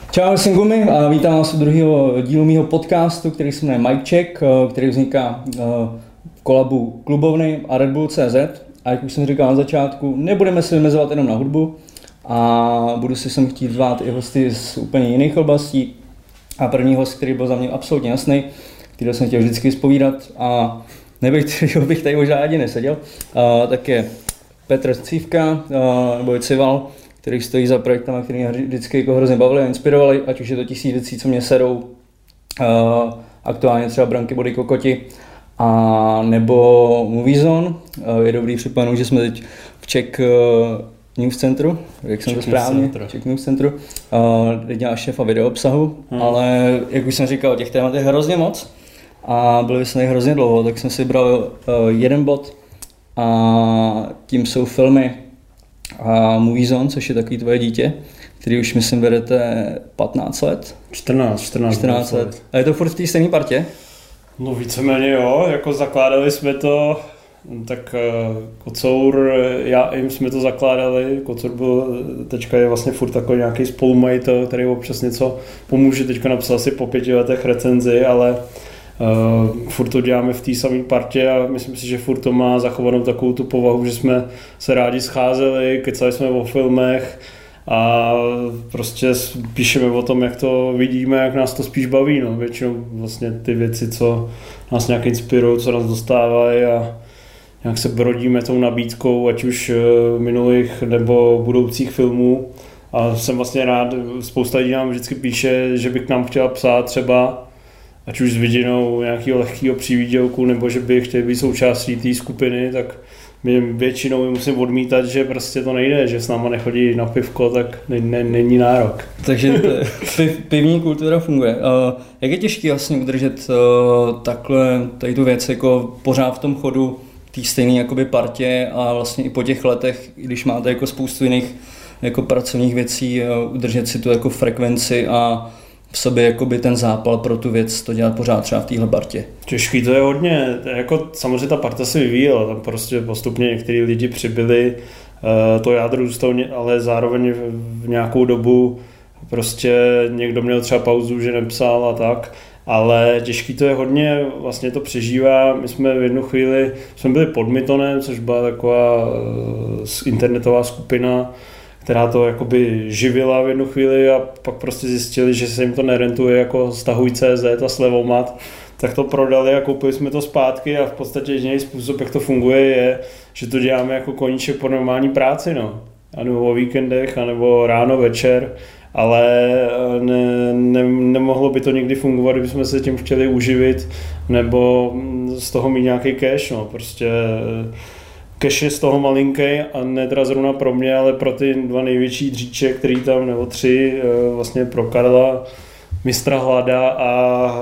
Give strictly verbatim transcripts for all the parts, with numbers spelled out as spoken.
Čau, jsem Gumi a vítám vás u druhého dílu mýho podcastu, který se jmenuje Mic Check, který vzniká v kolabu Klubovny a Red Bull tečka cé zet. A jak už jsem říkal na začátku, nebudeme se vymezovat jenom na hudbu a budu si sem chtít zvát i hosty z úplně jiných oblastí. A první host, který byl za mě absolutně jasný, který jsem chtěl vždycky zpovídat a nebych, bych tady možná ani neseděl, tak je Petr Cívka, nebo Cival, který stojí za projektama, který mě vždycky jako hrozně bavili a inspirovali, ať už je to tisíc věcí, co mě serou, uh, aktuálně třeba Branky body kokoti, a nebo Movie Zone. Uh, je dobrý připomenout, že jsme teď v Czech uh, News Centru, jak jsem Czech to správně, Czech News Centru, uh, kde dělá šéfa video obsahu, hmm. ale jak už jsem říkal, těch témat je hrozně moc a byli jsme tady hrozně dlouho, tak jsem si bral uh, jeden bod a tím jsou filmy a Movie Zone, což je takový tvoje dítě, který už myslím vedete patnáct let. čtrnáct, čtrnáct, čtrnáct let. A je to furt v té stejné partě? No víceméně jo, jako zakládali jsme to, tak Kocour, já jim jsme to zakládali, Kocour byl, teďka je vlastně furt takový nějaký spolumajitel, který občas něco pomůže, teďka napsal si po pěti letech recenzi, ale Uh, furt to děláme v té samé partě a myslím si, že furt to má zachovanou takovou tu povahu, že jsme se rádi scházeli, kecali jsme o filmech a prostě píšeme o tom, jak to vidíme, jak nás to spíš baví. No. Většinou vlastně ty věci, co nás nějak inspirují, co nás dostávají a nějak se brodíme tou nabídkou, ať už minulých nebo budoucích filmů. A jsem vlastně rád, spousta lidí nám vždycky píše, že by k nám chtěla psát třeba ať už s vidinou nějakého lehkého přívídělku, nebo že by chtěli být součástí té skupiny, tak my většinou musím odmítat, že prostě to nejde, že s náma nechodí na pivko, tak ne, ne, není nárok. Takže piv, pivní kultura funguje. Uh, jak je těžké vlastně udržet uh, takhle tady tu věc jako pořád v tom chodu té stejné jakoby partě a vlastně i po těch letech, když máte jako spoustu jiných jako pracovních věcí, uh, udržet si tu jako frekvenci a v sobě jakoby ten zápal pro tu věc to dělat pořád třeba v téhle partě. Těžký to je hodně, jako samozřejmě ta parta se vyvíjela, tam prostě postupně některý lidi přibyli, to jádro zůstalo, ale zároveň v nějakou dobu prostě někdo měl třeba pauzu, že nepsal a tak, ale těžký to je hodně, vlastně to přežívá. My jsme v jednu chvíli, jsme byli pod Mytonem, což byla taková internetová skupina, která to jakoby živila v jednu chvíli a pak prostě zjistili, že se jim to nerentuje jako stahuj tečka cé zet a Slevomat, tak to prodali a koupili jsme to zpátky a v podstatě jediný způsob, jak to funguje, je, že to děláme jako koníček po normální práci, no. A nebo o víkendech, anebo ráno, večer, ale ne, ne, nemohlo by to nikdy fungovat, kdybychom se tím chtěli uživit, nebo z toho mít nějaký cash, no, prostě cash je z toho malinký a ne teda zrovna pro mě, ale pro ty dva největší dříče, který tam, nebo tři, vlastně pro Karla, mistra Hlada a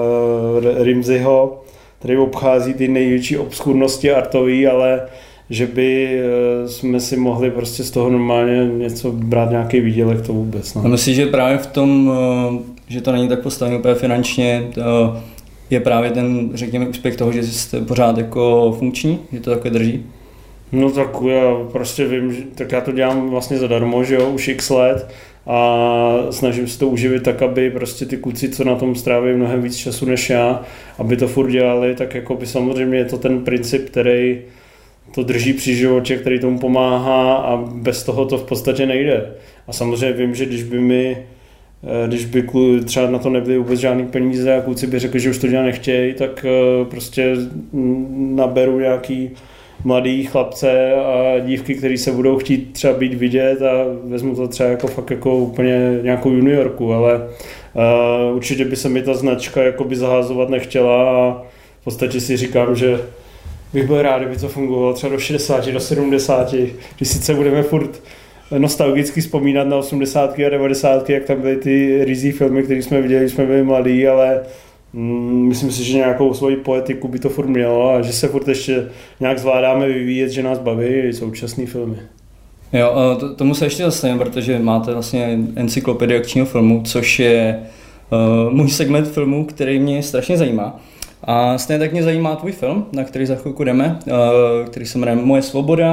Rimziho, který obchází ty největší obskurnosti artový, ale že by jsme si mohli prostě z toho normálně něco brát, nějaký výdělek, to vůbec. No. A myslíš, že právě v tom, že to není tak postavené úplně finančně, je právě ten, řekněme, úspěch toho, že jste pořád jako funkční, že to takové drží? No tak já prostě vím, že, tak já to dělám vlastně zadarmo, že jo, už x let a snažím se to uživit tak, aby prostě ty kluci, co na tom stráví mnohem víc času než já, aby to furt dělali, tak jako by samozřejmě je to ten princip, který to drží při životě, který tomu pomáhá a bez toho to v podstatě nejde. A samozřejmě vím, že když by mi Když by třeba na to nebyly vůbec žádný peníze a kluci by řekli, že už to dělat nechtějí, tak prostě naberu nějaký mladý chlapce a dívky, kteří se budou chtít třeba být vidět a vezmu to třeba jako fakt jako úplně nějakou juniorku, ale uh, určitě by se mi ta značka jakoby zaházovat nechtěla a v podstatě si říkám, že bych byl rád, kdyby to fungovalo třeba do šedesáti, do sedmdesáti, když sice budeme furt nostalgicky vzpomínat na osmdesátky a devadesátky, jak tam byly ty rizí filmy, které jsme viděli, když jsme byli mladí, ale mm, myslím si, že nějakou svoji poetiku by to furt mělo a že se furt ještě nějak zvládáme vyvíjet, že nás baví i současný filmy. Jo, to, tomu se ještě zastavím, protože máte vlastně encyklopedii akčního filmu, což je uh, můj segment filmu, který mě strašně zajímá. A stejně tak mě zajímá tvůj film, na který za chvilku jdeme, uh, který se jmenuje Moje svoboda.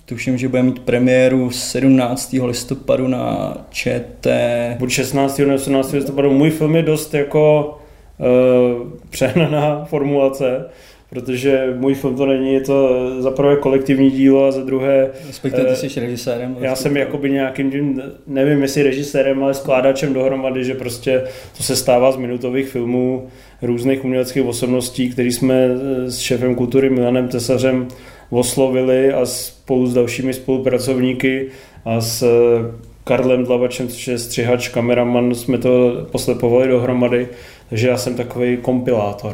tuším, že bude mít premiéru sedmnáctého listopadu na ČT. Buď šestnáctého nebo sedmnáctého listopadu. Můj film je dost jako uh, přehnaná formulace, protože můj film to není, je to za prvé kolektivní dílo a za druhé... Respektive ty jsi režisérem. Já jsem jakoby nějakým, nevím jestli režisérem, ale skládačem dohromady, že prostě to se stává z minutových filmů různých uměleckých osobností, který jsme s šéfem kultury Milanem Tesařem oslovili a spolu s dalšími spolupracovníky a s Karlem Dlavačem, což je střihač, kameraman, jsme to poslepovali dohromady, takže já jsem takový kompilátor.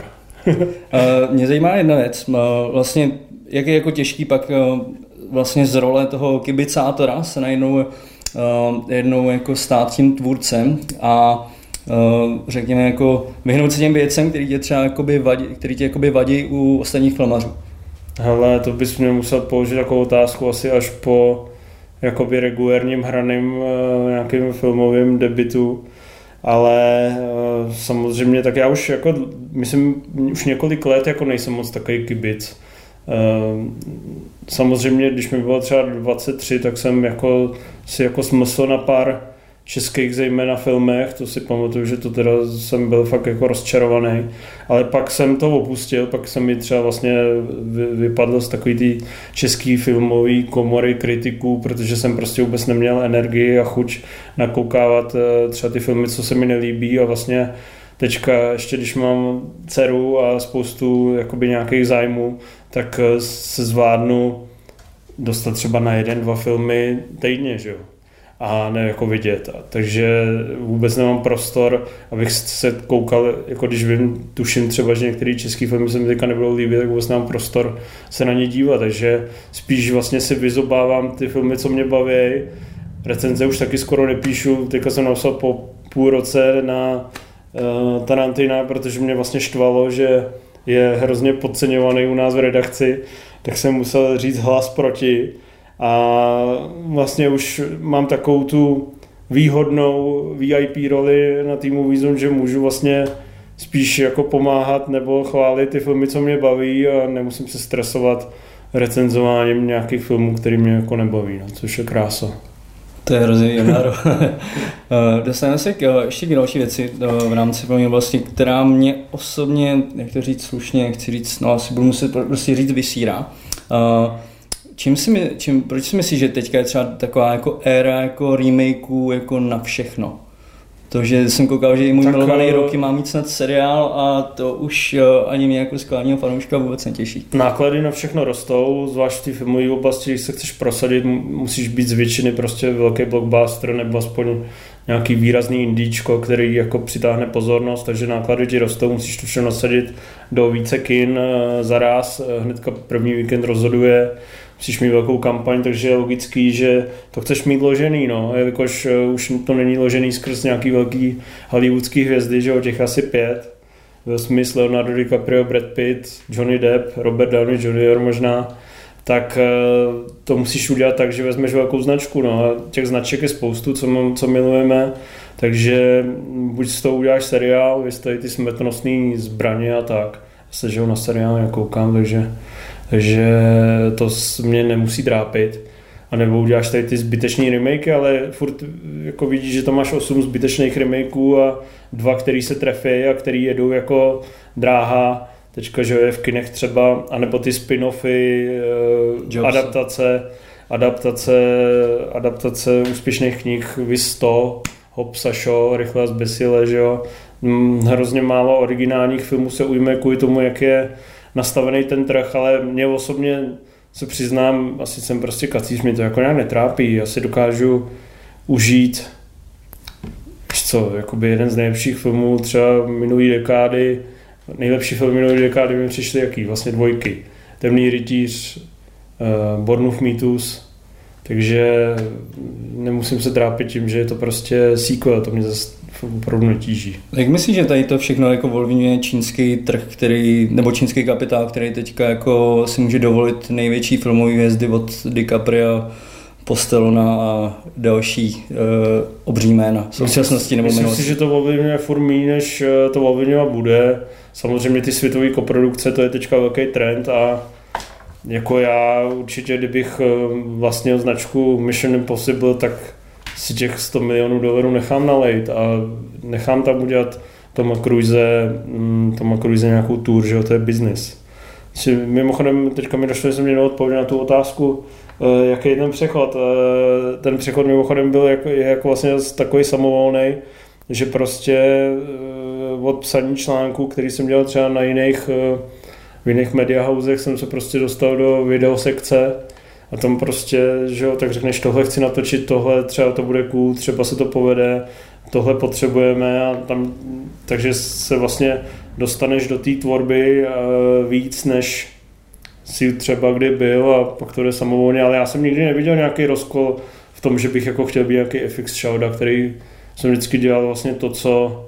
Mě zajímá jedna věc, vlastně jak je jako těžký pak vlastně z role toho kibicátora se najednou jednou jako stát tím tvůrcem a řekněme jako vyhnout se těm věcem, který tě třeba jakoby vadí, který tě jakoby vadí u ostatních filmařů. Hele, to bys mě musel položit takovou otázku asi až po jakoby regulérním hraným nějakým filmovým debutu. Ale uh, samozřejmě, tak já už jako, myslím, už několik let jako nejsem moc takový kibic. Uh, samozřejmě, když mi bylo třeba dvacet tři, tak jsem jako si jako smysl na pár českých zejména filmech, to si pamatuju, že to teda jsem byl fakt jako rozčarovaný, ale pak jsem to opustil, pak jsem mi třeba vlastně vypadl z takový ty český filmový komory kritiků, protože jsem prostě vůbec neměl energii a chuť nakoukávat třeba ty filmy, co se mi nelíbí a vlastně teďka ještě když mám dceru a spoustu jakoby nějakých zájmů, tak se zvládnu dostat třeba na jeden, dva filmy týdně, že jo. A ne jako vidět. Takže vůbec nemám prostor, abych se koukal, jako když vím, tuším třeba, že některé české filmy se mi teďka nebudou líbit, tak vůbec nemám prostor se na ně dívat. Takže spíš vlastně si vyzobávám ty filmy, co mě baví. Recenze už taky skoro nepíšu. Teďka jsem napsal po půl roce na uh, Tarantina, protože mě vlastně štvalo, že je hrozně podceňovaný u nás v redakci, tak jsem musel říct hlas proti. A vlastně už mám takovou tu výhodnou V I P roli na týmu Výzum, že můžu vlastně spíš jako pomáhat nebo chválit ty filmy, co mě baví a nemusím se stresovat recenzováním nějakých filmů, který mě jako nebaví, no, což je krása. To je hrozně výhodná. Dostaneme se k, ještě k další věci v rámci filmu, vlastně, která mě osobně, jak to říct slušně, chci říct, no asi budu muset prostě říct vysírá. Čím si my, čím, proč si myslíš, že teďka je třeba taková jako éra jako remakeů jako na všechno? To, že jsem koukal, že i můj milovaný roky má mít snad seriál a to už ani mě jako skládního fanouška vůbec netěší. Náklady na všechno rostou, zvlášť v té filmové oblasti, když se chceš prosadit, musíš být z většiny prostě velký blockbuster nebo aspoň nějaký výrazný indíčko, který jako přitáhne pozornost, takže náklady ti rostou, musíš to všechno nasadit do více kin zaraz, hnedka první víkend rozhoduje, musíš mít velkou kampaň, takže je logický, že to chceš mít ložený, no, jelikož už to není ložený skrz nějaký velký hollywoodský hvězdy, že o těch asi pět, Will Smith, Leonardo DiCaprio, Brad Pitt, Johnny Depp, Robert Downey junior možná, tak to musíš udělat tak, že vezmeš velkou značku, no, a těch značek je spoustu, co, mám, co milujeme, takže buď z toho uděláš seriál, vystojí ty smrtonosný zbraně a tak, se že ho na seriál nekoukám, takže takže to mě nemusí trápit. A nebo uděláš tady ty zbytečný remakey, ale furt jako vidíš, že tam máš osm zbytečných remakeů a dva, který se trefí a který jedou jako dráha. Teďka, že je v kinech třeba, anebo ty spin-offy, Jobs. adaptace, adaptace, adaptace úspěšných knih, Vy sto, Hobbs a Shaw, Rychle a zběsile, že jo. Hrozně málo originálních filmů se ujme kvůli tomu, jak je nastavený ten trh, ale mě osobně se přiznám, asi jsem prostě kacíř, mě to jako nějak netrápí, já si dokážu užít, víš co, jakoby jeden z nejlepších filmů třeba minulý dekády, nejlepší film minulý dekády mi přišly jaký, vlastně dvojky, Temný rytíř, uh, Bornův mýtus, takže nemusím se trápit tím, že je to prostě sequel, to mě zase opravdu netíží. Jak myslíš, že tady to všechno jako ovlivňuje čínský trh, který, nebo čínský kapitál, který teďka jako si může dovolit největší filmové hvězdy od DiCapria, Postelona a další uh, obří jména v současnosti nebo minulosti? Myslím si, že to ovlivňuje furt méně, než to ovlivňovat bude. Samozřejmě ty světové koprodukce, to je teďka velký trend a jako já určitě, kdybych vlastnil značku Mission Impossible, tak si těch sto milionů dolarů nechám nalejt a nechám tam udělat Toma Cruise, Toma Cruise nějakou tour, že jo, to je business. Mimochodem, teďka mi došlo, že jsem měl odpovědět na tu otázku, jaký je ten přechod. Ten přechod mimochodem byl jako, je jako vlastně takový samovolný, že prostě od psaní článků, který jsem dělal třeba na jiných, v jiných media housech, jsem se prostě dostal do videosekce a tam prostě, že jo, tak řekneš, tohle chci natočit, tohle třeba to bude cool, třeba se to povede, tohle potřebujeme a tam, takže se vlastně dostaneš do té tvorby víc, než si třeba kdy byl a pak to jde samovolně, ale já jsem nikdy neviděl nějaký rozkol v tom, že bych jako chtěl být nějaký F X Shouda, který jsem vždycky dělal vlastně to, co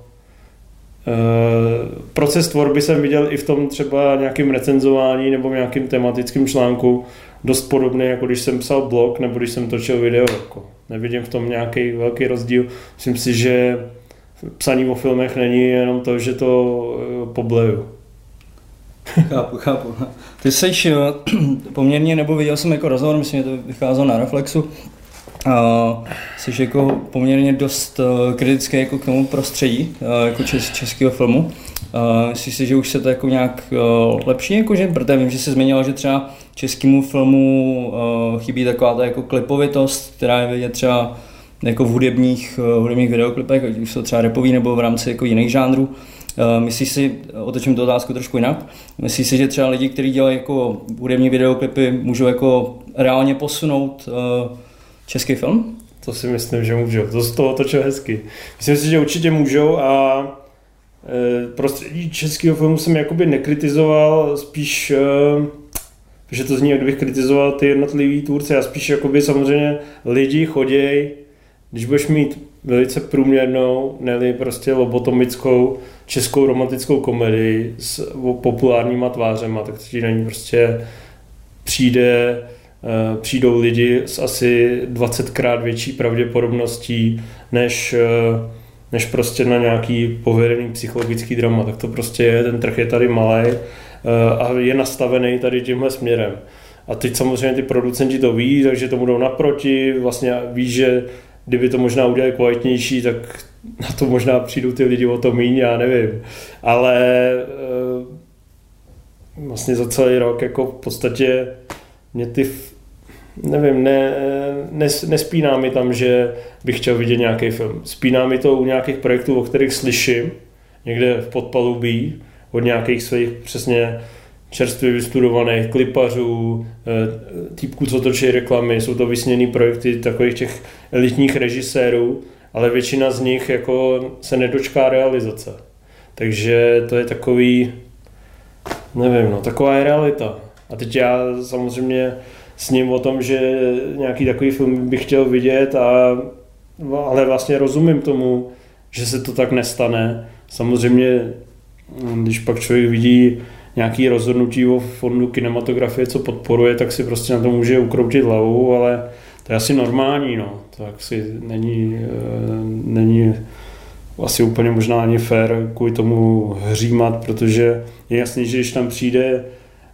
Uh, proces tvorby jsem viděl i v tom třeba nějakým recenzování nebo nějakým tematickým článku dost podobný, jako když jsem psal blog nebo když jsem točil video. Jako. Nevidím v tom nějaký velký rozdíl. Myslím si, že psaní o filmech není jenom to, že to uh, pobleju. Chápu, chápu. Ty jsi poměrně, nebo viděl jsem jako rozhovor, myslím, že to vycházelo na Reflexu, Uh, jsi jako poměrně dost uh, kritický jako k tomu prostředí, uh, jako čes, českého filmu. Uh, myslíš si, že už se to jako nějak uh, lepší, jakože? Protože vím, že jsi zmiňoval, že třeba českému filmu uh, chybí taková ta jako klipovitost, která je vidět třeba jako v hudebních, uh, hudebních videoklipech, ať už jsou třeba rapový nebo v rámci jako jiných žánrů. Uh, myslíš si, otočím tu otázku trošku jinak, myslíš si, že třeba lidi, kteří dělají jako hudební videoklipy, můžou jako reálně posunout uh, český film? To si myslím, že můžou. To z toho točil hezky. Myslím si, že určitě můžou a e, prostředí českého filmu jsem jakoby nekritizoval, spíš, e, že to zní, jak bych kritizoval ty jednotlivý tvůrce. Já spíš jakoby samozřejmě lidi choděj, když budeš mít velice průměrnou, ne-li prostě lobotomickou českou romantickou komedii s populárníma tvářema, tak to ti na ní prostě přijde přijdou lidi s asi dvacetkrát větší pravděpodobností než, než prostě na nějaký povedený psychologický drama. Tak to prostě je, ten trh je tady malý a je nastavený tady tímhle směrem. A teď samozřejmě ty producenti to ví, takže tomu jdou naproti, vlastně ví, že kdyby to možná udělali kvalitnější, tak na to možná přijdou ty lidi o to míň, já nevím. Ale vlastně za celý rok jako v podstatě mě ty, nevím, ne, nes, nespíná mi tam, že bych chtěl vidět nějaký film. Spíná mi to u nějakých projektů, o kterých slyším, někde v podpalubí, od nějakých svých přesně čerstvě vystudovaných klipařů, týpků, co točí reklamy, jsou to vysněný projekty takových těch elitních režisérů, ale většina z nich jako se nedočká realizace. Takže to je takový, nevím, no, taková je realita. A teď já samozřejmě s ním o tom, že nějaký takový film bych chtěl vidět, a, ale vlastně rozumím tomu, že se to tak nestane. Samozřejmě, když pak člověk vidí nějaký rozhodnutí o fondu kinematografie, co podporuje, tak si prostě na to může ukroutit hlavu, ale to je asi normální, no. To asi není, není asi úplně možná ani fér kvůli tomu hřímat, protože je jasný, že když tam přijde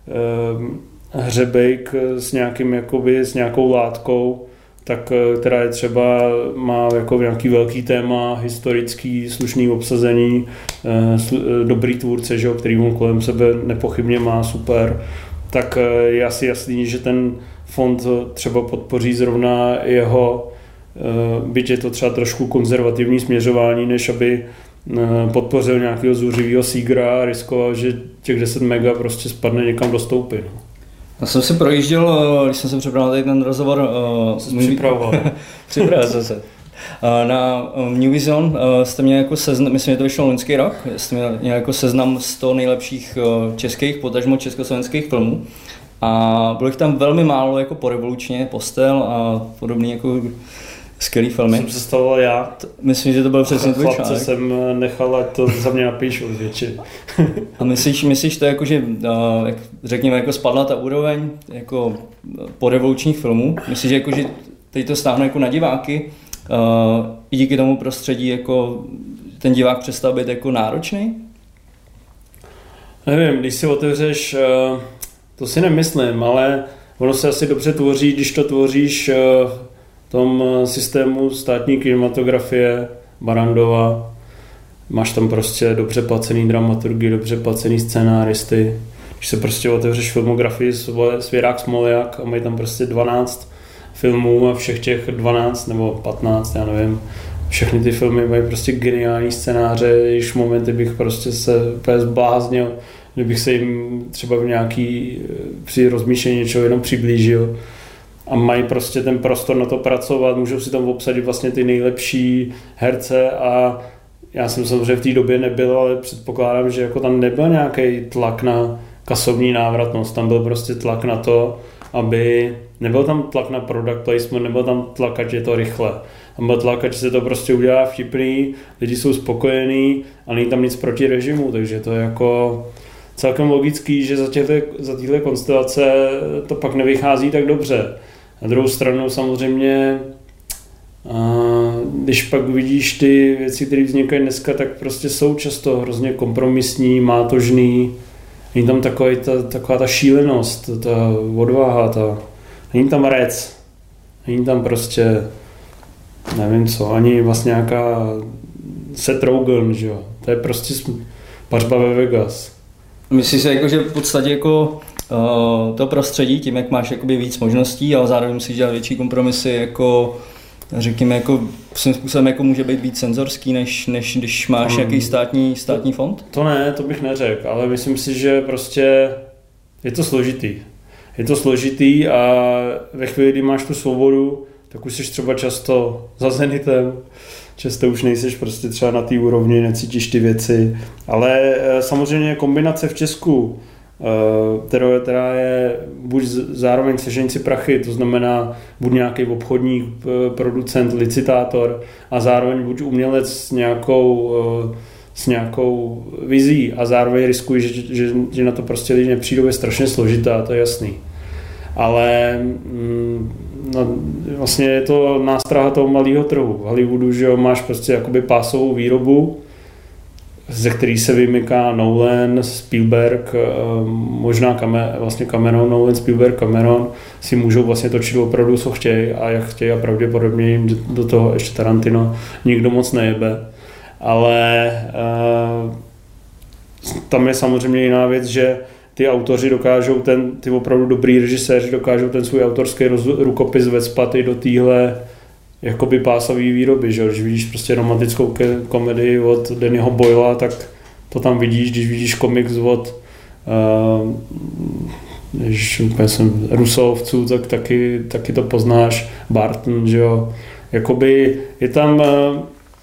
hřebejk s nějakým, jakoby, s nějakou látkou, tak, která je třeba, má jako nějaký velký téma, historický, slušný obsazení, dobrý tvůrce, že, který on kolem sebe nepochybně má super, tak je asi jasný, že ten fond třeba podpoří zrovna jeho, byť je to třeba trošku konzervativní směřování, než aby podpořil nějakého zuřivého sígra a riskoval, že těch deset mega prostě spadne někam do stoupy. No. Já jsem si projížděl, když jsem se připravil tady ten rozhovor. Jsi uh, připravoval. Připravil jsem se. Uh, na um, New Vision uh, jste měl jako seznam, myslím, že to vyšlo loňský rok, jste měl jako seznam sto nejlepších uh, českých, potažmo československých filmů. A bylo jich tam velmi málo jako po revolučně, Postel a podobný jako skvělý filmy. Jsem představoval já. Myslím, že to byl přesně tvůj článek. Chlapce jsem nechal, ať to za mě napíšu zvětši. A myslíš, myslíš to jako, že jak řekněme, jako spadla ta úroveň jako po revolučních filmů? Myslíš, že, jako, že teď to stáhne jako na diváky i díky tomu prostředí jako ten divák přestal být jako náročný? Nevím, když si otevřeš to si nemyslím, ale ono se asi dobře tvoří, když to tvoříš v tom systému státní kinematografie Barrandova. Máš tam prostě dobře placený dramaturgy, dobře placený scénáristy. Když se prostě otevřeš filmografii Svěrák Smoljak a mají tam prostě dvanáct filmů a všech těch dvanáct nebo patnáct, já nevím, všechny ty filmy mají prostě geniální scénáře, když momenty bych prostě se úplně zbláznil, kdybych se jim třeba v nějaký při rozmýšlení něčeho jenom přiblížil. A mají prostě ten prostor na to pracovat, můžou si tam obsadit vlastně ty nejlepší herce a já jsem samozřejmě v té době nebyl, ale předpokládám, že jako tam nebyl nějaký tlak na kasovní návratnost, tam byl prostě tlak na to, aby nebyl tam tlak na product placement, nebyl tam tlak, ať je to rychle. Tam byl tlak, ať se to prostě udělá vtipný, lidi jsou spokojení a není tam nic proti režimu, takže to je jako celkem logický, že za, těchto, za téhle konstelace to pak nevychází tak dobře. Na druhou stranu samozřejmě, když pak vidíš ty věci, které vznikají dneska, tak prostě jsou často hrozně kompromisní, mátožný. Není tam takový ta, taková ta šílenost, ta odvaha, ta, není tam rec, není tam prostě, nevím co, ani vlastně nějaká Seth Rogen, že jo. To je prostě pařba ve Vegas. Myslíš si, jako, že v podstatě jako uh, to prostředí, tím jak máš jakoby víc možností, ale zároveň musíš dělat větší kompromisy, jako řekněme, jako svým způsobem jako může být víc senzorský, než, než když máš nějaký um, státní, státní fond? To, to ne, to bych neřekl, ale myslím si, že prostě je to složitý. Je to složitý a ve chvíli, kdy máš tu svobodu, tak už jsi třeba často za zenitem, často už nejseš prostě třeba na té úrovni, necítíš ty věci, ale samozřejmě kombinace v Česku, která je buď zároveň seženci prachy, to znamená buď nějaký obchodník, producent, licitátor a zároveň buď umělec s nějakou, s nějakou vizí a zároveň riskují, že, že, že na to prostě lidi nepřijdou, je strašně složitá, to je jasný. Ale no, vlastně je to nástraha toho malého trhu. V Hollywoodu, že jo, máš prostě jakoby pásovou výrobu, ze který se vymyká Nolan, Spielberg, možná Cameron, vlastně Cameron, Nolan, Spielberg, Cameron si můžou vlastně točit opravdu, co chtějí a jak chtějí a pravděpodobně jim do toho ještě Tarantino nikdo moc nejebe. Ale uh, tam je samozřejmě jiná věc, že ty autoři dokážou, ten, ty opravdu dobrý režiséři dokážou ten svůj autorský roz, rukopis vecpat i do téhle jakoby pásový výroby, že? Když vidíš prostě romantickou ke- komedii od Dannyho Boyla, tak to tam vidíš, když vidíš komiks od uh, když jsem Rusovců, tak taky, taky to poznáš, Barton, že jo. Jakoby je tam uh,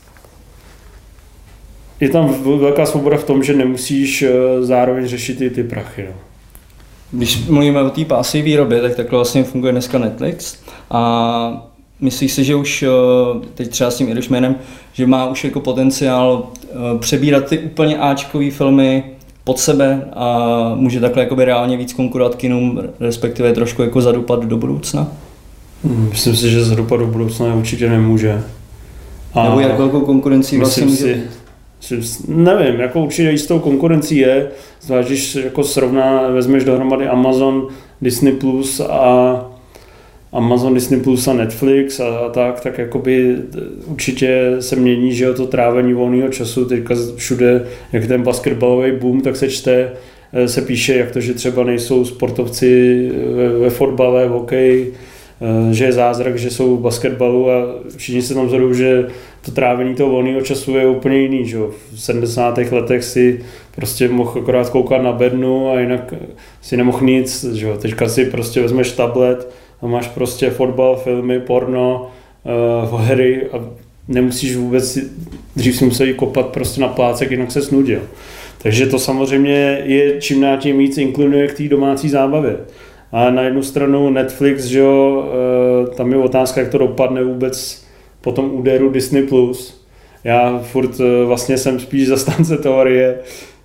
je tam velká svoboda v tom, že nemusíš uh, zároveň řešit i ty prachy, no. Když mluvíme o té pásové výrobě, tak takhle vlastně funguje dneska Netflix a myslíš si, že už teď třeba s tím Irishmanem, že má už jako potenciál přebírat ty úplně áčkový filmy pod sebe a může takhle jakoby reálně víc konkurovat kinům, respektive trošku jako zadupat do budoucna? Myslím si, že zadupat do budoucna určitě nemůže. A nebo jak velkou konkurencí vlastně může si, si, nevím, jako určitě jistou konkurencí je, zvlášť když jako srovná, vezmeš dohromady Amazon, Disney Plus a Amazon, Disney Plus a Netflix a, a tak, tak jakoby určitě se mění, že jo, to trávení volného času, teďka všude, jak ten basketbalový boom, tak se čte, se píše, jak to, že třeba nejsou sportovci ve, ve fotbale, v hokeji, že je zázrak, že jsou v basketbalu a všichni se tam zhodují, že to trávení toho volného času je úplně jiný, že jo. V sedmdesátých letech si prostě mohl akorát koukat na bednu a jinak si nemohl nic, že jo. Teďka si prostě vezmeš tablet a máš prostě fotbal, filmy, porno, uh, hry a nemusíš vůbec, dřív si musel jít kopat prostě na plácek, jinak se snudil. Takže to samozřejmě je čím dál tím víc inklinuje k té domácí zábavě. A na jednu stranu Netflix, že jo, uh, tam je otázka, jak to dopadne vůbec po tom úderu Disney plus. Já furt uh, vlastně jsem spíš zastánce teorie,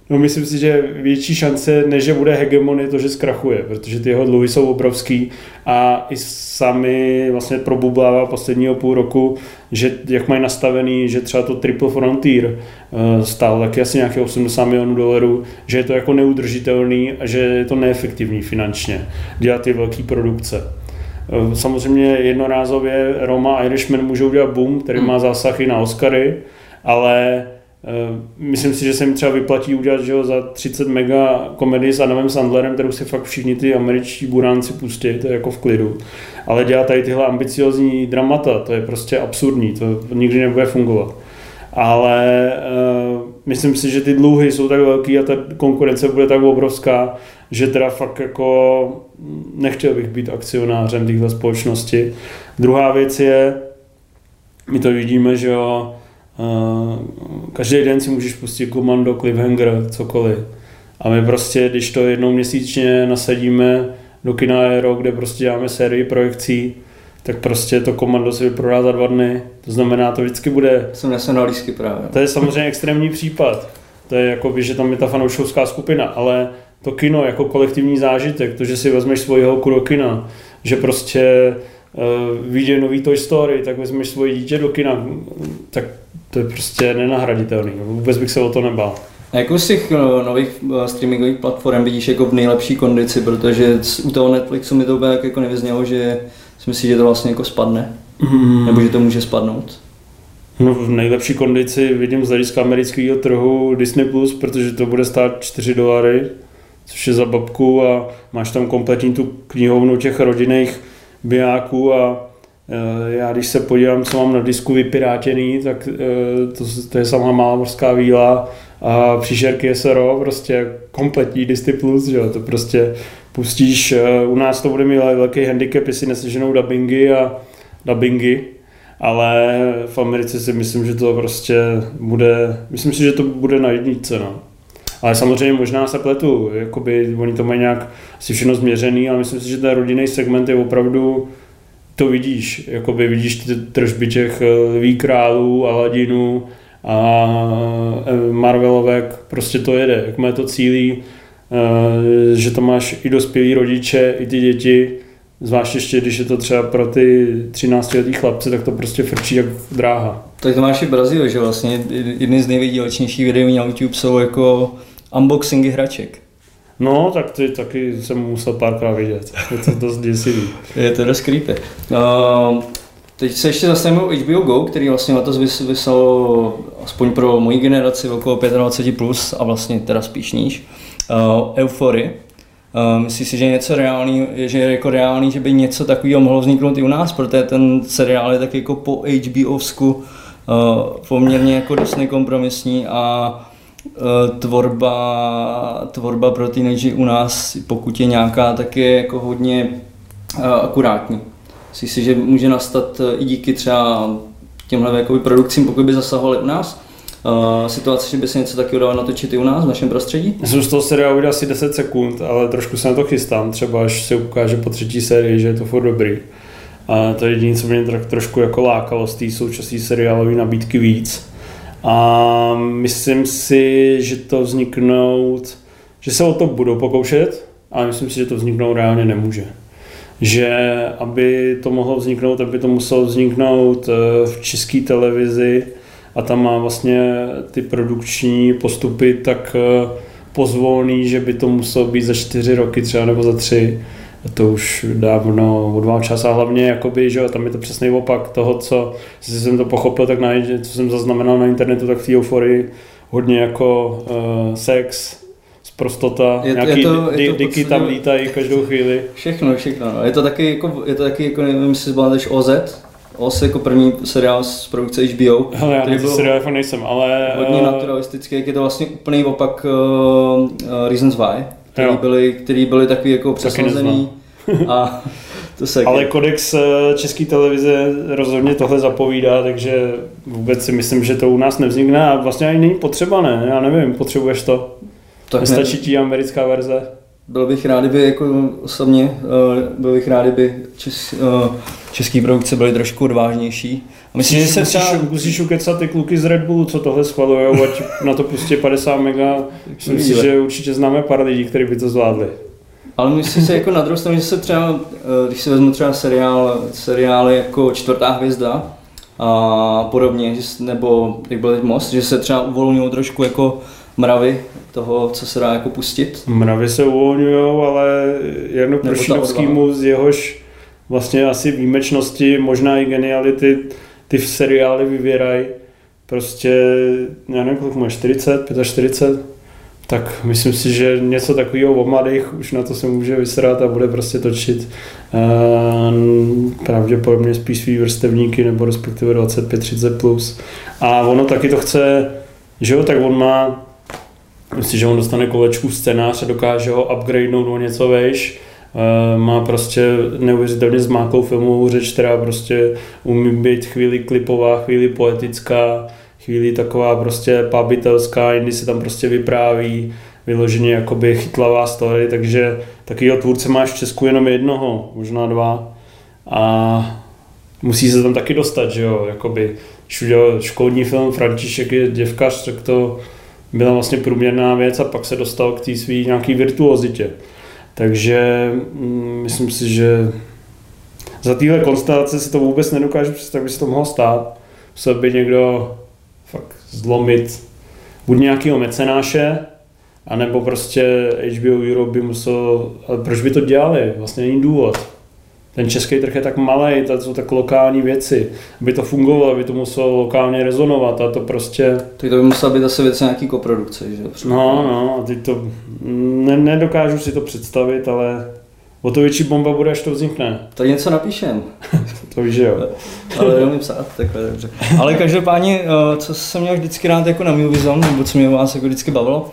No myslím si, že větší šance, než že bude hegemon, je to, že zkrachuje, protože ty jeho dluhy jsou obrovský a i sami vlastně probublává posledního půl roku, že jak mají nastavený, že třeba to Triple Frontier stál taky asi nějaké osmdesát milionů dolarů, že je to jako neudržitelný a že je to neefektivní finančně dělat ty velké produkce. Samozřejmě jednorázově Roma a Irishman můžou dělat boom, který má zásah i na Oscary, ale myslím si, že se jim třeba vyplatí udělat, že jo, za třicet mega komedii s Adamem Sandlerem, kterou si fakt všichni ty američtí buránci pustí, to je jako v klidu. Ale dělat tady tyhle ambiciozní dramata, to je prostě absurdní, to nikdy nebude fungovat. Ale uh, myslím si, že ty dluhy jsou tak velký a ta konkurence bude tak obrovská, že teda fakt jako nechtěl bych být akcionářem téhle společnosti. Druhá věc je, my to vidíme, že jo, Uh, každý den si můžeš pustit Komando, Cliffhanger, cokoliv. A my prostě, když to jednou měsíčně nasadíme do kina Aero, kde prostě děláme sérii projekcí, tak prostě to Komando se vyprodá za dva dny. To znamená, to vždycky bude... Jsem nesem na lístky právě. To je samozřejmě extrémní případ. To je jako, že tam je ta fanouškovská skupina, ale to kino jako kolektivní zážitek, to, že si vezmeš svoji holku do kina, že prostě uh, vyjde nový Toy Story, tak vezmeš svoje dítě do kina, tak to je prostě nenahraditelný. Vůbec bych se o to nebál. A jakou z těch nových streamingových platform vidíš jako v nejlepší kondici, protože u toho Netflixu mi to úplně jako nevyznělo, že si myslíš, že to vlastně jako spadne? Mm. Nebo že to může spadnout? No v nejlepší kondici vidím z hlediska amerického trhu Disney plus, protože to bude stát čtyři dolary, což je za babku a máš tam kompletní tu knihovnu těch rodinných bijáků a já když se podívám, co mám na disku vypirátěný, tak to, to je sama malá mořská víla a příšerky S R O, prostě kompletní Disney plus, že jo, to prostě pustíš, u nás to bude mít velký handicap, jestli neseženou dubbingy a dubbingy, ale v Americe si myslím, že to prostě bude, myslím si, že to bude na jedničce, no. Ale samozřejmě možná se pletu, jakoby oni to mají nějak asi všechno změřený, ale myslím si, že ten rodinný segment je opravdu, to vidíš, jakoby vidíš ty tržby těch Lví králů, Aladinů a Marvelovek, prostě to jede, jak má to cílí, že to máš i dospělí rodiče, i ty děti, zvlášť ještě, když je to třeba pro ty třináctiletý chlapce, tak to prostě frčí jak dráha. Tak to máš i v Brazílii, že vlastně jedny z nejvýdělečnějších videí na YouTube jsou jako unboxingy hraček. No, tak ty taky jsem musel párkrát vidět. Je to dost děsivý. Je to dost creepy. Uh, teď se ještě zastavíme H B O Go, který vlastně letos vyslalo aspoň pro moji generaci okolo dvacet pět plus a vlastně teda spíš níž. Uh, Euphorii. Uh, myslíš si, že je něco reálný, že je jako reálný, že by něco takového mohlo vzniknout i u nás, protože ten seriál je tak jako po HBOvsku uh, poměrně jako dost nekompromisní a Tvorba, tvorba pro teenagery u nás, pokud je nějaká, tak je jako hodně uh, akurátní. Myslím si, že může nastat i díky třeba těmhle jakoby produkcím, pokud by zasahovali u nás. Uh, situace, že by se něco takového dalo natočit i u nás, v našem prostředí? Já jsem z toho seriálu viděl asi deset sekund, ale trošku se na to chystám, třeba až se ukáže po třetí sérii, že je to furt dobrý. A to je jediné, co mě tak trošku jako lákalo z té současné seriálové nabídky víc. A myslím si, že to vzniknout, že se o to budou pokoušet, ale myslím si, že to vzniknout reálně nemůže. Že aby to mohlo vzniknout, aby to muselo vzniknout v české televizi a tam má vlastně ty produkční postupy tak pozvolný, že by to muselo být za čtyři roky třeba nebo za tři. To už dávno odval čas a hlavně jakoby, že tam je to přesný opak toho, co jsem to pochopil, tak na, co jsem zaznamenal na internetu, tak v té euforii hodně jako uh, sex, sprostota, je, nějaký je to, di, je to diky tam lítají každou chvíli. Všechno, všechno. Je to taky jako, je to taky jako nevím, jestli si zbavíš O Z, O Z jako první seriál z produkce H B O. Hele, já na ty seriály fakt nejsem, ale... Hodně uh, naturalistický, jak je to vlastně úplný opak uh, uh, Reasons Why. Který byli, který byli takový jako přesazený a to se... Ale kodex České televize rozhodně tohle zapovídá, takže vůbec si myslím, že to u nás nevznikne a vlastně ani není potřeba, ne? Já nevím, potřebuješ to? Tak nestačí ti americká verze? byl bych rád, kdyby jako osobně, uh, byl bych rád, kdyby čes, uh, český produkce byly trošku odvážnější. A myslím, musíš, že se třeba... musíš, musíš ukecat ty kluky z Red Bullu, co tohle schvalujou, ať na to pustí padesát mega. Myslím si, že určitě známe pár lidí, kteří by to zvládli. Ale myslím si jako na druhou stranu, že se třeba, když si vezmu třeba seriál, seriály jako Čtvrtá hvězda a podobně, nebo jak byl teď Most, že se třeba uvolňují trošku jako mravy toho, co se dá jako pustit. Mravy se uvolňují, ale Jarnu Prošínovskýmu z jehož vlastně asi výjimečnosti, možná i geniality, ty v seriály vyvěrají. Prostě, já nevím, kolik má, čtyřicet, čtyřicet pět, tak myslím si, že něco takového o mladých už na to se může vysrat a bude prostě točit uh, pravděpodobně spíš svý vrstevníky nebo respektive dvacet pět třicet plus. A ono taky to chce, že jo, tak on má, myslím, že on dostane kolečku scénář a dokáže ho upgradenout o něco vejš. Uh, má prostě neuvěřitelně zmáklou filmovou řeč, která prostě umí být chvíli klipová, chvíli poetická, chvíli taková prostě pabitelská, jindy se tam prostě vypráví, vyloženě jakoby chytlavá story, takže takovýho tvůrce máš v Česku jenom jednoho, možná dva a musí se tam taky dostat, že jo, jakoby, když udělal školní film František je děvkař, tak to byla vlastně průměrná věc a pak se dostal k té svý nějaký virtuozitě. Takže mm, myslím si, že za téhle konstelace si to vůbec nedokážu představit, by se to mohlo stát. Musel by někdo fakt zlomit buď nějakého mecenáše, anebo prostě H B O Europe by musel, ale proč by to dělali? Vlastně není důvod. Ten český trh je tak malý, to jsou tak lokální věci. Aby to fungovalo, aby to muselo lokálně rezonovat a to prostě... Tak to by musela být asi věc nějaký koprodukce, že? No, no, a teď to... Ne, nedokážu si to představit, ale o to větší bomba bude, až to vznikne. Tak něco napíšem. To víš, že jo. Ale neumím psát, takhle dobře. Ale každopádně, co jsem měl vždycky rád jako na Movizone, nebo co mě vás jako vždycky bavilo,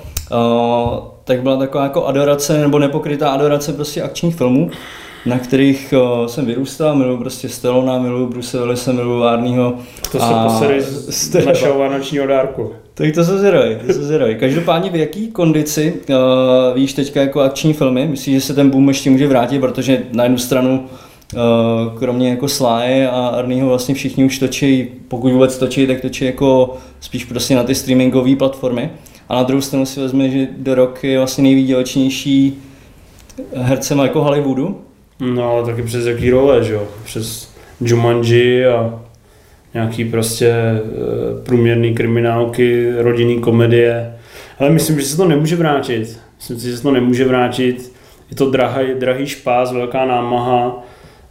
tak byla taková jako adorace, nebo nepokrytá adorace prostě akčních filmů, na kterých uh, jsem vyrůstal, miluji prostě Stallona, miluji Bruce Willise, miluji Arnieho. To se poserej z našeho vánočního dárku. Tak to se zvědavý, to se zvědavý. Každopádně v jaký kondici uh, víš teďka jako akční filmy? Myslíš, že se ten boom ještě může vrátit, protože na jednu stranu uh, kromě jako Sly a Arnieho vlastně všichni už točí, pokud vůbec točí, tak točí jako spíš prostě na ty streamingové platformy. A na druhou stranu si vezme, že The Rock je vlastně nejvýdělečnější hercem jako Hollywoodu. No ale taky přes jaký role, že jo? Přes Jumanji a nějaký prostě průměrný kriminálky, rodinný komedie. Ale myslím, že se to nemůže vrátit. Myslím si, že se to nemůže vrátit. Je to drahý, drahý špás, velká námaha.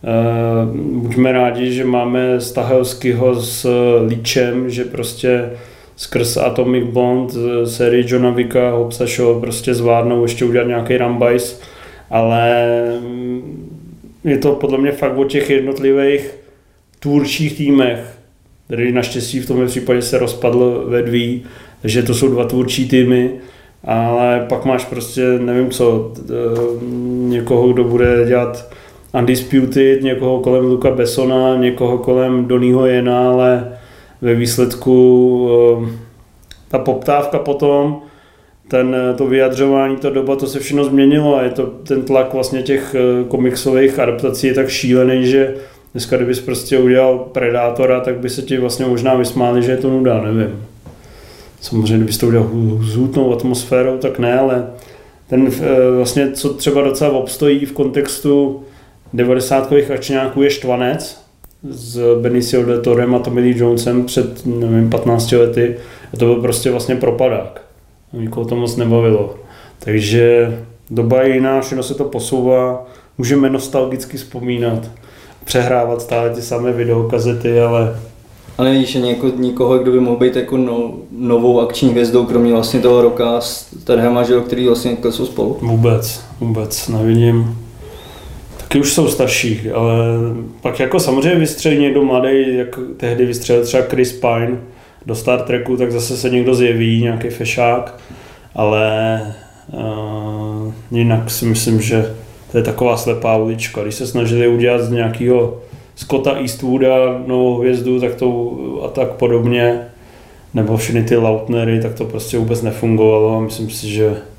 Buďme rádi, že máme Stahelského s Leachem, že prostě skrz Atomic Blonde, sérii Johna Wicka, Hobbsa Shaw prostě zvládnou ještě udělat nějaký rambajs. Ale je to podle mě fakt o těch jednotlivých tvůrčích týmech, který naštěstí v tomhle případě se rozpadl ve dví, takže to jsou dva tvůrčí týmy, ale pak máš prostě, nevím co, někoho, kdo bude dělat Undisputed, někoho kolem Luca Bessona, někoho kolem Donnieho Jena, ale ve výsledku ta poptávka potom, ten, to vyjadřování, ta doba, to se všechno změnilo a je to, ten tlak vlastně těch komiksových adaptací je tak šílený, že dneska kdybys prostě udělal Predátora, tak by se ti vlastně možná vysmáli, že je to nuda, nevím. Samozřejmě, kdybys to udělal s hutnou atmosférou, tak ne, ale ten vlastně, co třeba docela obstojí v kontextu devadesátkových akčňáků je Štvanec s Benicio del Torem a Tommy Lee Jonesem před, nevím, patnácti lety a to byl prostě vlastně propadák. Nikoho to moc nebavilo. Takže doba je jiná, všechno se to posouvá, můžeme nostalgicky vzpomínat, přehrávat stále ty samé videokazety, ale... Ale nevíš, že něko, někoho, kdo by mohl být jako no, novou akční hvězdou, kromě vlastně toho Rocka s Terhema, že, který vlastně jsou spolu? Vůbec, vůbec nevidím. Taky už jsou starší, ale pak jako samozřejmě vystřelí někdo mladý, jak tehdy vystřelil třeba Chris Pine do Star Treku, tak zase se někdo zjeví, nějaký fešák, ale uh, jinak si myslím, že to je taková slepá ulička. Když se snažili udělat z nějakého Scotta Eastwooda novou hvězdu, tak to a tak podobně, nebo všechny ty Lautnery, tak to prostě vůbec nefungovalo a myslím si, že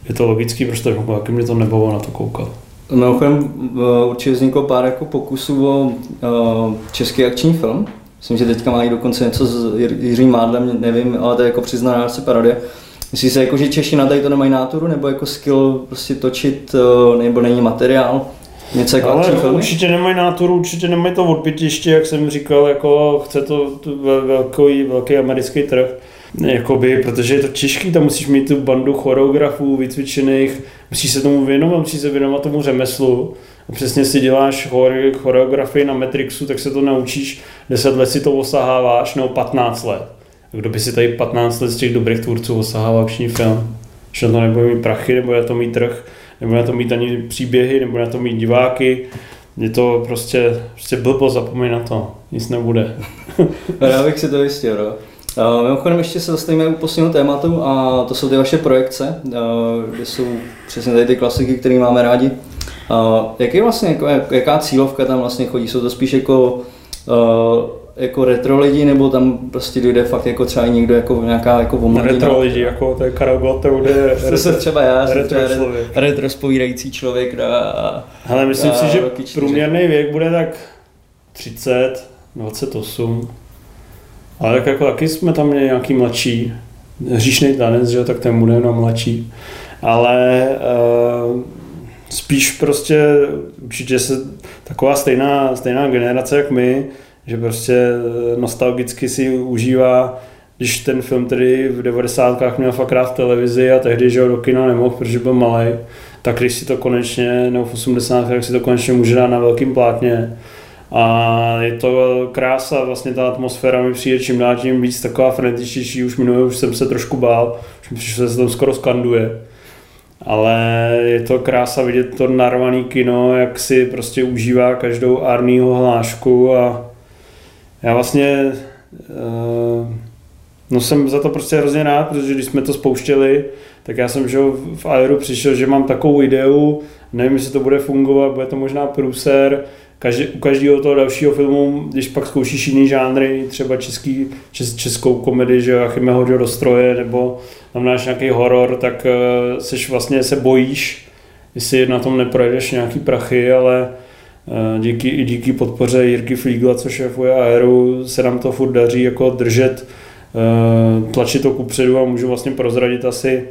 je to logický, protože taky mě to nebavilo na to koukat. Mimochodem určitě vzniklo pár jako pokusů o uh, český akční film. Myslím, že teďka mají dokonce něco s Jiřím Mádlem, nevím, ale to je jako přiznaná asi parodie. Myslíš si, jako, že Češi na tady to nemají náturu, nebo jako skill prostě točit, uh, nebo není materiál? Něco jako ale filmy? Určitě nemají náturu, určitě nemají to odpětiště, jak jsem říkal, jako chce to velký, velký americký trh. Jakoby, protože je to těžký, tam musíš mít tu bandu choreografů vycvičených, musíš se tomu věnovat, musíš se věnovat tomu řemeslu. A přesně si děláš choreografii na Matrixu, tak se to naučíš, deset let si to osaháváš, nebo patnáct let. A kdo by si tady patnáct let z těch dobrých tvůrců osahával akční film? Že to nebude mít prachy, nebo na to mít trh, nebo na to mít ani příběhy, nebo na to mít diváky. Je to prostě, prostě blbo, zapomeň na to, nic nebude. Já bych si to jistil, no. Uh, mimochodem ještě se dostaneme u posledního tématu a to jsou ty vaše projekce, uh, kde jsou přesně tady ty klasiky, které máme rádi. Uh, jak je vlastně, jako, jak, jaká cílovka tam vlastně chodí? Jsou to spíš jako, uh, jako retro lidi, nebo tam prostě dojde fakt jako třeba někdo jako nějaká jako omladina? Retro lidi, jako to je Karel Gott, to bude to se třeba já, retro, člověk. retro spovídající člověk. Na, hele, myslím na si, že průměrný věk bude tak třicet, dvacet osm. Ale tak jako taky jsme tam měli nějaký mladší, Hříšnej tanec, že tak ten bude na mladší, ale uh, spíš prostě určitě se taková stejná, stejná generace jak my, že prostě nostalgicky si užívá, když ten film tedy v devadesátkách měl fakt rád v televizi a tehdy, že ho do kina nemohl, protože byl malej, tak když si to konečně, nebo v osmdesátkách, tak si to konečně může dát na velkým plátně. A je to krása, vlastně ta atmosféra mi přijde čím dál tím víc taková frenetičtější, už minulé už jsem se trošku bál, už mi přišlo, že se tam skoro skanduje. Ale je to krása vidět to narvaný kino, jak si prostě užívá každou Arnieho hlášku a já vlastně no jsem za to prostě hrozně rád, protože když jsme to spouštěli, tak já jsem že v Aeru přišel, že mám takovou ideu, nevím, jestli to bude fungovat, bude to možná průser. Každý, u každého toho dalšího filmu, když pak zkoušíš jiný žánry, třeba český, čes, českou komedii, že chyme ho do stroje, nebo tam dáš nějaký horor, tak uh, seš vlastně se bojíš, jestli na tom neprojedeš nějaký prachy, ale uh, díky, i díky podpoře Jirky Flígla, co šéfuje Aeru, se nám to furt daří jako držet, uh, tlačit to kupředu a můžu vlastně prozradit asi,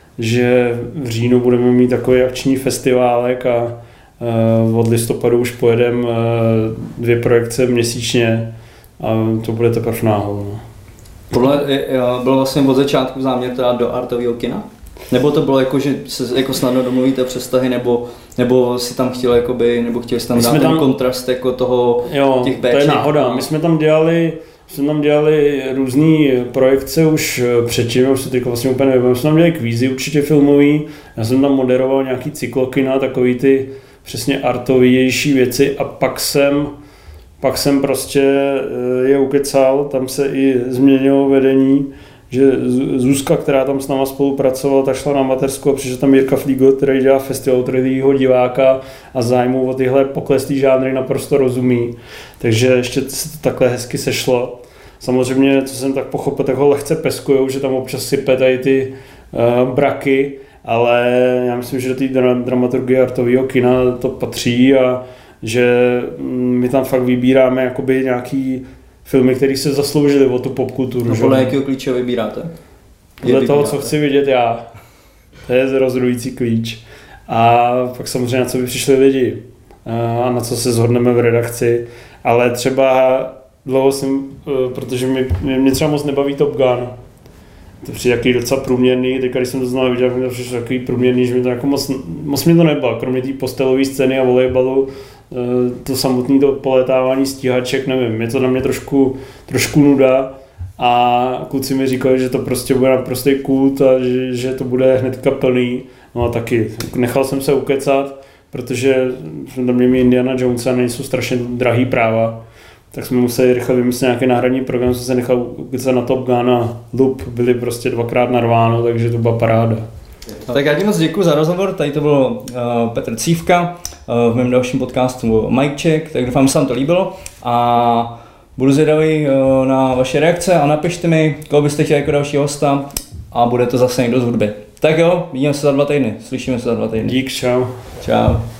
že v říjnu budeme mít takový akční festiválek a Uh, od listopadu už pojedeme uh, dvě projekce měsíčně a to bude teprve náhodou. No. Tohle bylo vlastně od začátku záměr teda do artového kina? Nebo to bylo jako, že se jako snadno domluvíte přes nebo, nebo si tam chtěl jakoby, nebo chtěli jsi tam dát ten tam, kontrast jako toho jo, těch béček? To je náhoda. My jsme tam dělali jsme tam dělali různé projekce už předtím, já už se teď vlastně úplně nevím, jsme tam dělali kvízy určitě filmový, já jsem tam moderoval nějaký cyklokina, takový ty přesně artovější věci a pak jsem, pak jsem prostě je ukecal, tam se i změnilo vedení, že Zuzka, která tam s náma spolupracovala, tak šla na mateřskou a přišel tam Jirka Flígl, který dělá festival tradiního diváka a zájmu o tyhle pokleslý žánry naprosto rozumí. Takže ještě se to takhle hezky sešlo. Samozřejmě, co jsem tak pochopil, tak ho lehce peskujou, že tam občas sype tady ty uh, braky, ale já myslím, že do té dramaturgie artového kina to patří a že my tam fakt vybíráme jakoby nějaký filmy, které se zasloužili o tu popkulturu. No podle jakého klíče vybíráte? Podle toho, co chci vidět já. To je rozhodující klíč. A pak samozřejmě na co by přišli lidi a na co se shodneme v redakci. Ale třeba dlouho jsem, protože mě, mě třeba moc nebaví Top Gun. To přijde takový docela průměrný, teďka když jsem to znal viděl, mi to přišlo takový průměrný, že mi to jako moc, moc mě to nebalo, kromě té postelové scény a volejbalu, to samotné to polétávání stíhaček, nevím, je to na mě trošku, trošku nuda a kluci mi říkali, že to prostě bude naprostý kult a že, že to bude hnedka plný, no a taky nechal jsem se ukecat, protože tam mě Indiana Jonesa nejsou strašně drahý práva, tak jsme museli rychle vymyslet nějaký náhradní program, jsem se nechal ukecat na Top Gun a Loop byli prostě dvakrát narváno, takže to byla paráda. Tak já ti moc děkuji za rozhovor, tady to byl uh, Petr Cívka, uh, v mém dalším podcastu Mike Check, tak doufám, že se vám to líbilo a budu zvědavý uh, na vaše reakce a napište mi, koho byste chtěli jako další hosta a bude to zase někdo z hudby. Tak jo, vidíme se za dva týdny, slyšíme se za dva týdny. Dík, čau. Čau.